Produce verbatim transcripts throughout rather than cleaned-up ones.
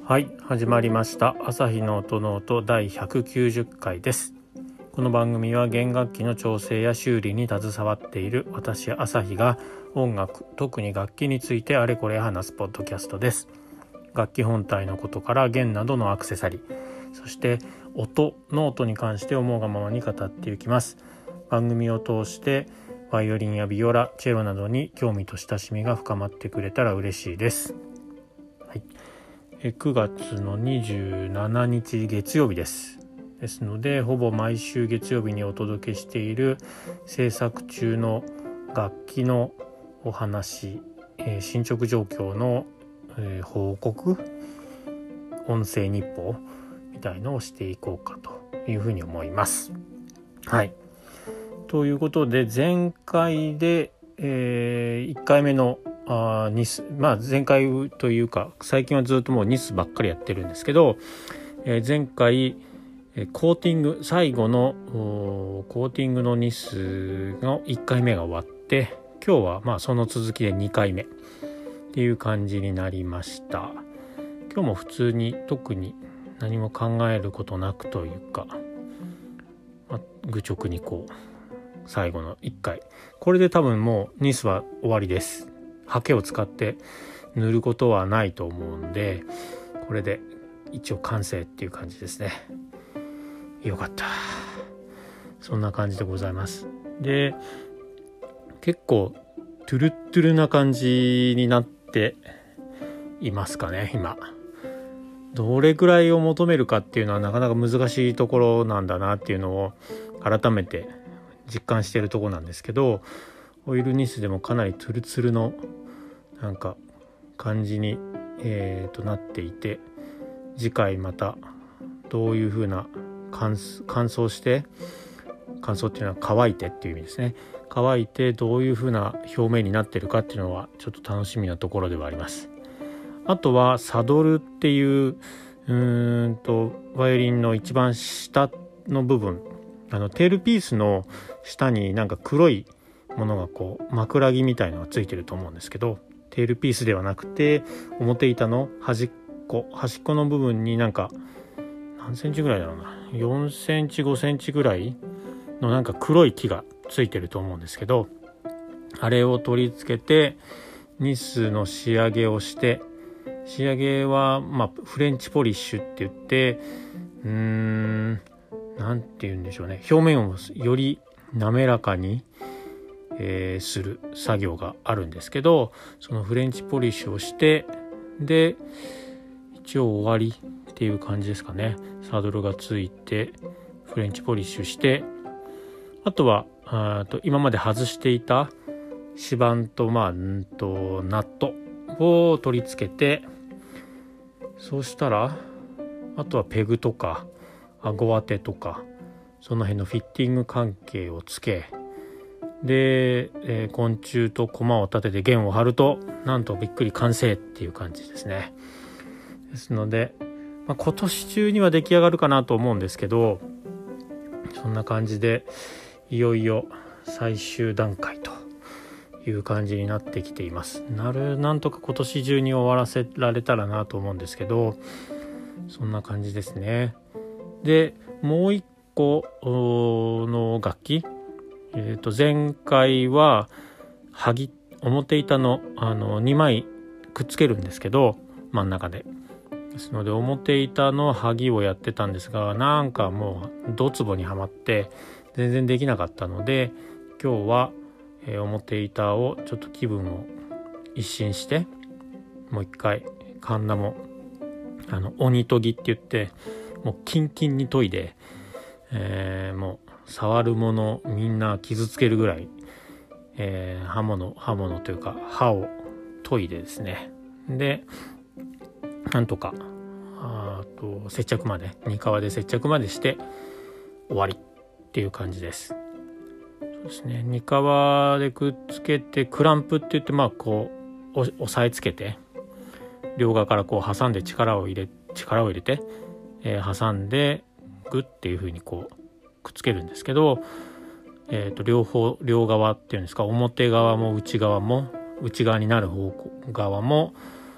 はい、始まりました朝日の音の音だいひゃくきゅうじゅっかいです。この番組は弦楽器の調整や修理に携わっている私朝日が音楽、特に楽器についてあれこれ話すポッドキャストです。楽器本体のことから弦などのアクセサリー、そして音の音に関して思うがままに語っていきます。番組を通してバイオリンやビオラ、チェロなどに興味と親しみが深まってくれたら嬉しいです。はい、くがつのにじゅうしちにち月曜日です。ですのでほぼ毎週月曜日にお届けしている制作中の楽器のお話、えー、進捗状況の、えー、報告、音声日報みたいのをしていこうかというふうに思います。はい。ということで前回で、えー、いっかいめのあニス、まあ、前回というか最近はずっともうニスばっかりやってるんですけど、えー、前回コーティング最後のコーティングのニスのいっかいめが終わって、今日はまあその続きでにかいめっていう感じになりました。今日も普通に特に何も考えることなくというか、まあ、愚直にこう最後のいっかい、これで多分もうニスは終わりです。ハケを使って塗ることはないと思うんで、これで一応完成っていう感じですね。よかった。そんな感じでございます。で、結構トゥルットゥルな感じになっていますかね。今どれぐらいを求めるかっていうのはなかなか難しいところなんだなっていうのを改めて実感しているところなんですけど、オイルニスでもかなりトゥルツルのなんか感じに、えー、となっていて、次回またどういう風な乾燥して乾燥っていうのは乾いてっていう意味ですね。乾いてどういう風な表面になってるかっていうのはちょっと楽しみなところではあります。あとはサドルっていううーんとバイオリンの一番下の部分、あのテールピースの下になんか黒いものがこう枕木みたいのがついてると思うんですけど、テールピースではなくて表板の端っこ端っこの部分になんか何センチぐらいだろうな、よんセンチごセンチぐらいのなんか黒い木がついてると思うんですけど、あれを取り付けてニスの仕上げをして、仕上げはまあフレンチポリッシュって言って、うーんなんて言うんでしょうね、表面をより滑らかに、えー、する作業があるんですけど、そのフレンチポリッシュをして、で一応終わりっていう感じですかね。サドルがついてフレンチポリッシュして、あとはあと今まで外していた指板とまあんとナットを取り付けて、そうしたらあとはペグとか顎当てとかその辺のフィッティング関係をつけ、で、えー、昆虫と駒を立てて弦を張るとなんとびっくり完成っていう感じですね。ですので、まあ、今年中には出来上がるかなと思うんですけど、そんな感じでいよいよ最終段階という感じになってきています。なるなんとか今年中に終わらせられたらなと思うんですけど、そんな感じですね。でもう一個の楽器、えー、と前回ははぎ表板の、あのにまいくっつけるんですけど、真ん中でですので表板のはぎをやってたんですが、なんかもうドツボにはまって全然できなかったので、今日は、えー、表板をちょっと気分を一新して、もう一回カンナもあの鬼研ぎって言ってもうキンキンに研いで、えー、もう触るものみんな傷つけるぐらい、えー、刃物刃物というか刃を研いでですね、でなんとかあと接着までに革で接着までして終わりっていう感じです。そうですね、に革でくっつけてクランプって言って、まあこう押さえつけて両側からこう挟んで力を入れ力を入れて、えー、挟んでグッっていう風にこうくっつけるんですけど、えーと両方両側っていうんですか、表側も内側も内側になる方側も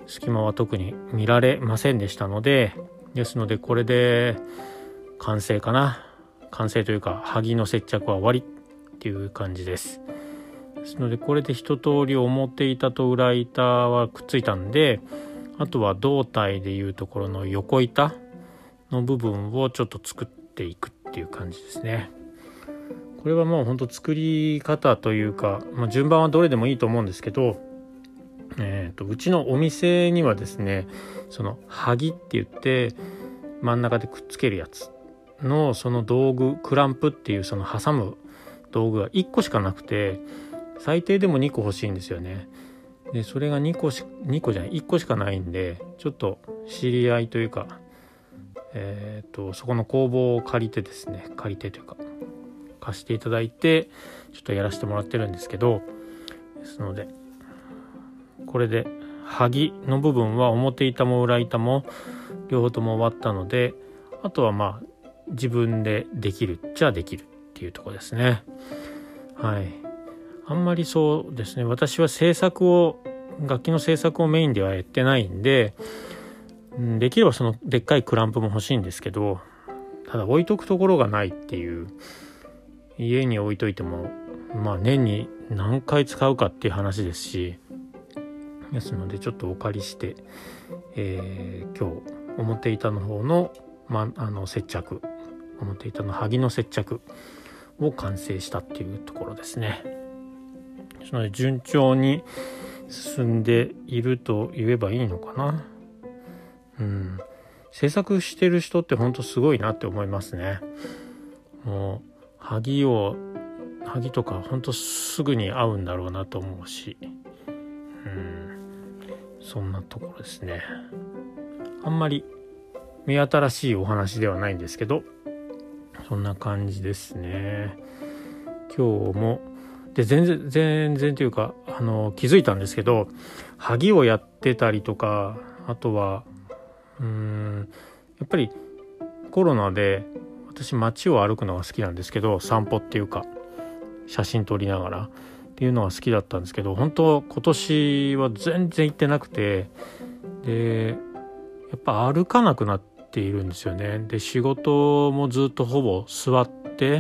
隙間は特に見られませんでしたので、ですのでこれで完成かな完成というか萩の接着は終わりっていう感じです。ですのでこれで一通り表板と裏板はくっついたんで、あとは胴体でいうところの横板の部分をちょっと作っていくっていう感じですね。これはもうほんと作り方というか、まあ、順番はどれでもいいと思うんですけど、えーと、うちのお店にはですね、その萩って言って真ん中でくっつけるやつのその道具、クランプっていうその挟む道具がいっこしかなくて、最低でもにこ欲しいんですよね。でそれがにこしにこじゃないいっこしかないんで、ちょっと知り合いというか、えーとそこの工房を借りてですね借りてというか貸していただいてちょっとやらせてもらってるんですけど、ですのでこれで萩の部分は表板も裏板も両方とも終わったので、あとはまあ自分でできるっちゃできるっていうところですね。はい。あんまりそうですね、私は制作を楽器の制作をメインではやってないんで、できればそのでっかいクランプも欲しいんですけど、ただ置いとくところがないっていう、家に置いといてもまあ年に何回使うかっていう話ですし、ですのでちょっとお借りして、えー、今日表板の方の、ま、あの接着表板の萩の接着を完成したっていうところですね。ですので順調に進んでいると言えばいいのかな。うん、制作してる人って本当すごいなって思いますね。もう萩を萩とか本当すぐに合うんだろうなと思うし、うん、そんなところですね。あんまり目新しいお話ではないんですけど、そんな感じですね。今日もで全然全然というかあの気づいたんですけど、萩をやってたりとか、あとはうーんやっぱりコロナで私街を歩くのが好きなんですけど、散歩っていうか写真撮りながらっていうのが好きだったんですけど、本当今年は全然行ってなくて、でやっぱ歩かなくなっているんですよね。で仕事もずっとほぼ座って、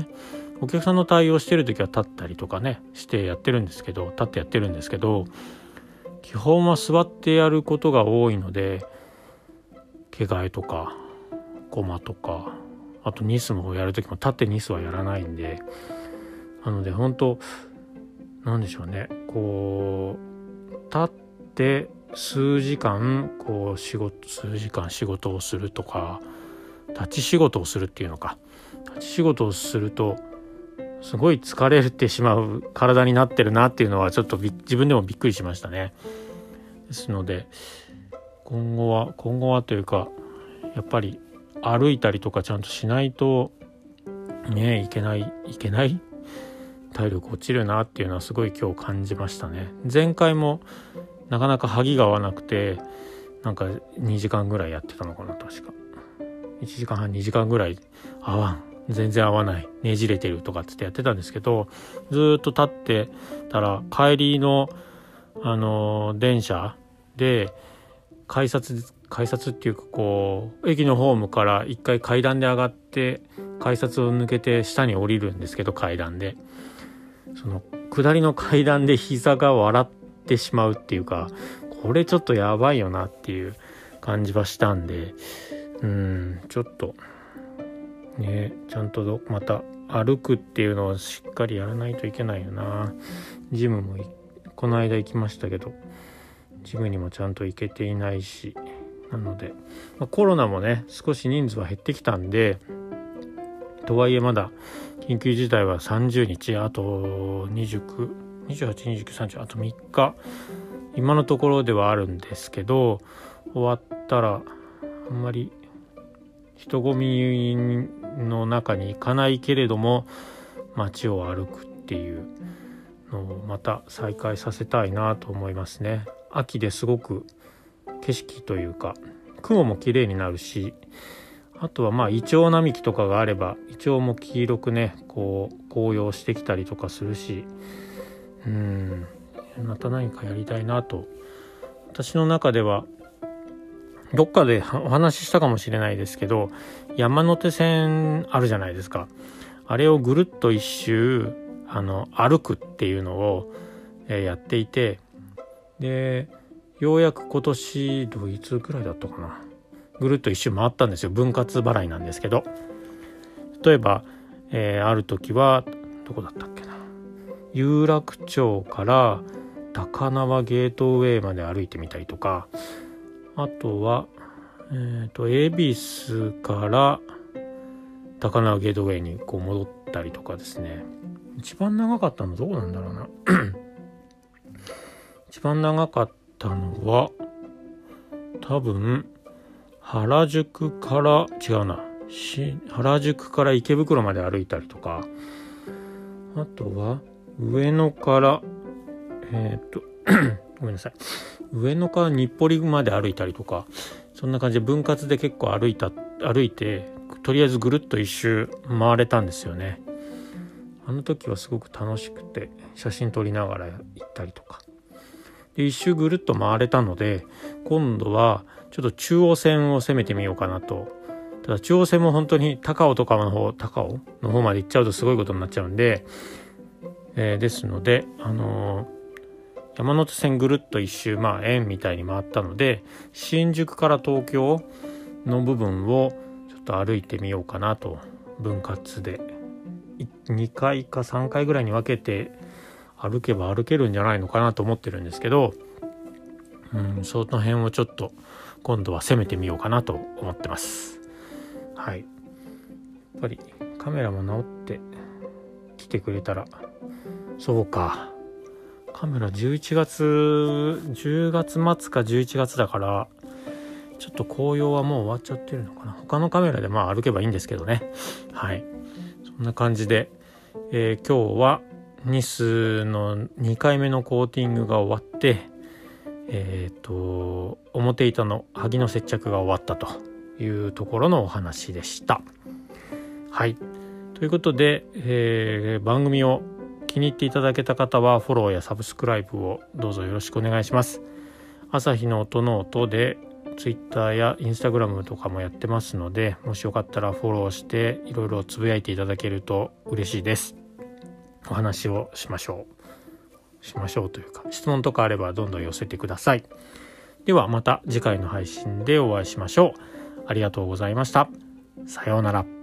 お客さんの対応してる時は立ったりとかねしてやってるんですけど、立ってやってるんですけど、基本は座ってやることが多いので、毛替えとかコマとか、あとニスもやる時も立ってニスはやらないんで、なので本当なんでしょうね、こう立って数時間こう仕事数時間仕事をするとか、立ち仕事をするっていうのか、立ち仕事をするとすごい疲れてしまう体になってるなっていうのはちょっと自分でもびっくりしましたね。ですので今後は今後はというかやっぱり歩いたりとかちゃんとしないとねいけないいけない体力落ちるなっていうのはすごい今日感じましたね。前回もなかなか萩が合わなくて、なんかにじかんぐらいやってたのかな、確かいちじかんはんにじかんぐらい合わん全然合わないねじれてるとかってやってたんですけど、ずっと立ってたら帰りのあの電車で改札改札っていうかこう駅のホームから一回階段で上がって改札を抜けて下に降りるんですけど、階段でその下りの階段で膝が笑ってしまうっていうか、これちょっとやばいよなっていう感じはしたんで、うーんちょっとねちゃんとまた歩くっていうのをしっかりやらないといけないよな。ジムもこの間行きましたけど、ジムにもちゃんと行けていないし、なので、まあ、コロナもね少し人数は減ってきたんで、とはいえまだ緊急事態はさんじゅうにち、あとにじゅうく、にじゅうはち、にじゅうく、さんじゅう、あとみっか今のところではあるんですけど、終わったらあんまり人混みの中に行かないけれども街を歩くっていうのをまた再開させたいなと思いますね。秋ですごく景色というか雲も綺麗になるし、あとはまあイチョウ並木とかがあればイチョウも黄色くねこう紅葉してきたりとかするし、うーんまた何かやりたいなと。私の中ではどっかでお話ししたかもしれないですけど、山手線あるじゃないですか。あれをぐるっと一周あの歩くっていうのを、えー、やっていて、でようやく今年どいつくらいだったかな、ぐるっと一周回ったんですよ。分割払いなんですけど、例えば、えー、ある時はどこだったっけな、有楽町から高輪ゲートウェイまで歩いてみたりとか、あとはえーと恵比寿から高輪ゲートウェイにこう戻ったりとかですね。一番長かったのどこなんだろうな一番長かったのは多分原宿から違うな原宿から池袋まで歩いたりとか、あとは上野からえっとごめんなさい上野から日暮里まで歩いたりとか、そんな感じで分割で結構歩いた歩いてとりあえずぐるっと一周回れたんですよね。あの時はすごく楽しくて写真撮りながら行ったりとかで、一周ぐるっと回れたので、今度はちょっと中央線を攻めてみようかなと。ただ中央線も本当に高尾とかの方高尾の方まで行っちゃうとすごいことになっちゃうんで、えー、ですのであのー山手線ぐるっと一周まあ円みたいに回ったので、新宿から東京の部分をちょっと歩いてみようかなと。分割でにかいかさんかいぐらいに分けて歩けば歩けるんじゃないのかなと思ってるんですけど、うん、その辺をちょっと今度は攻めてみようかなと思ってます。はい。やっぱりカメラも直ってきてくれたら、そうか。カメラじゅういちがつじゅうがつ末かじゅういちがつだから、ちょっと紅葉はもう終わっちゃってるのかな。他のカメラでまあ歩けばいいんですけどね。はい。そんな感じで、えー、今日はニスのにかいめのコーティングが終わって、えっと表板の萩の接着が終わったというところのお話でした。はい。ということで、えー、番組を気に入っていただけた方はフォローやサブスクライブをどうぞよろしくお願いします。朝日の音の音でツイッターやインスタグラムとかもやってますので、もしよかったらフォローしていろいろつぶやいていただけると嬉しいです。お話をしましょうしましょうというか、質問とかあればどんどん寄せてください。ではまた次回の配信でお会いしましょう。ありがとうございました。さようなら。